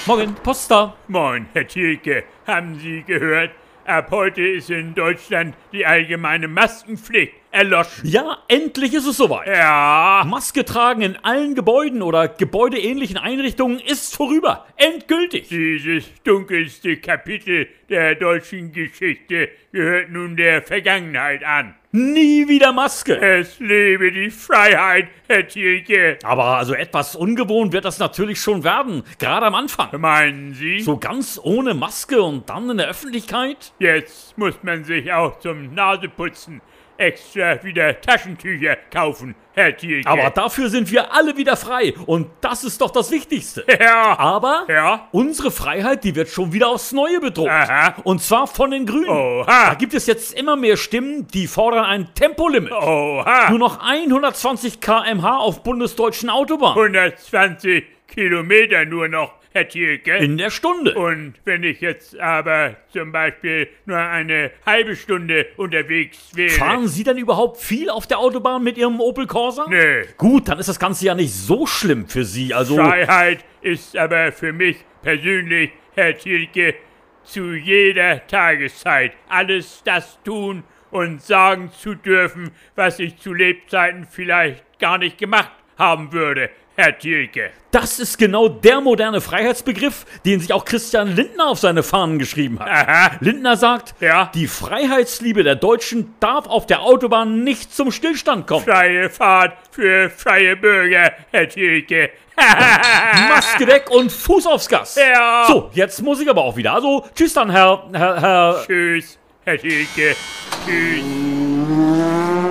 Morgen, Post da. Moin, Herr Thielke. Haben Sie gehört? Ab heute ist in Deutschland die allgemeine Maskenpflicht erloschen. Ja, endlich ist es soweit. Ja. Maske tragen in allen Gebäuden oder gebäudeähnlichen Einrichtungen ist vorüber. Endgültig. Dieses dunkelste Kapitel der deutschen Geschichte gehört nun der Vergangenheit an. Nie wieder Maske. Es lebe die Freiheit, Herr Thielke. Aber also etwas ungewohnt wird das natürlich schon werden. Gerade am Anfang. Meinen Sie? So ganz ohne Maske und dann in der Öffentlichkeit? Jetzt muss man sich auch zum Naseputzen extra wieder Taschentücher kaufen, Herr Thielke. Aber dafür sind wir alle wieder frei. Und das ist doch das Wichtigste. Ja. Aber Ja. unsere Freiheit, die wird schon wieder aufs Neue bedroht. Aha. Und zwar von den Grünen. Oha. Da gibt es jetzt immer mehr Stimmen, die fordern ein Tempolimit. Oha. Nur noch 120 km/h auf bundesdeutschen Autobahnen. 120 Kilometer nur noch, Herr Thielke. In der Stunde. Und wenn ich jetzt aber zum Beispiel nur eine halbe Stunde unterwegs wäre. Fahren Sie denn überhaupt viel auf der Autobahn mit Ihrem Opel Corsa? Nö. Gut, dann ist das Ganze ja nicht so schlimm für Sie. Also Freiheit ist aber für mich persönlich, Herr Thielke, zu jeder Tageszeit alles das tun und sagen zu dürfen, was ich zu Lebzeiten vielleicht gar nicht gemacht haben würde, Herr Thielke. das ist genau der moderne Freiheitsbegriff, den sich auch Christian Lindner auf seine Fahnen geschrieben hat. Aha. Lindner sagt, Ja. die Freiheitsliebe der Deutschen darf auf der Autobahn nicht zum Stillstand kommen. Freie Fahrt für freie Bürger, Herr Thielke. Maske weg und Fuß aufs Gas. Ja. So, jetzt muss ich aber auch wieder. Also, tschüss dann, Herr. Tschüss, Herr Thielke. Tschüss.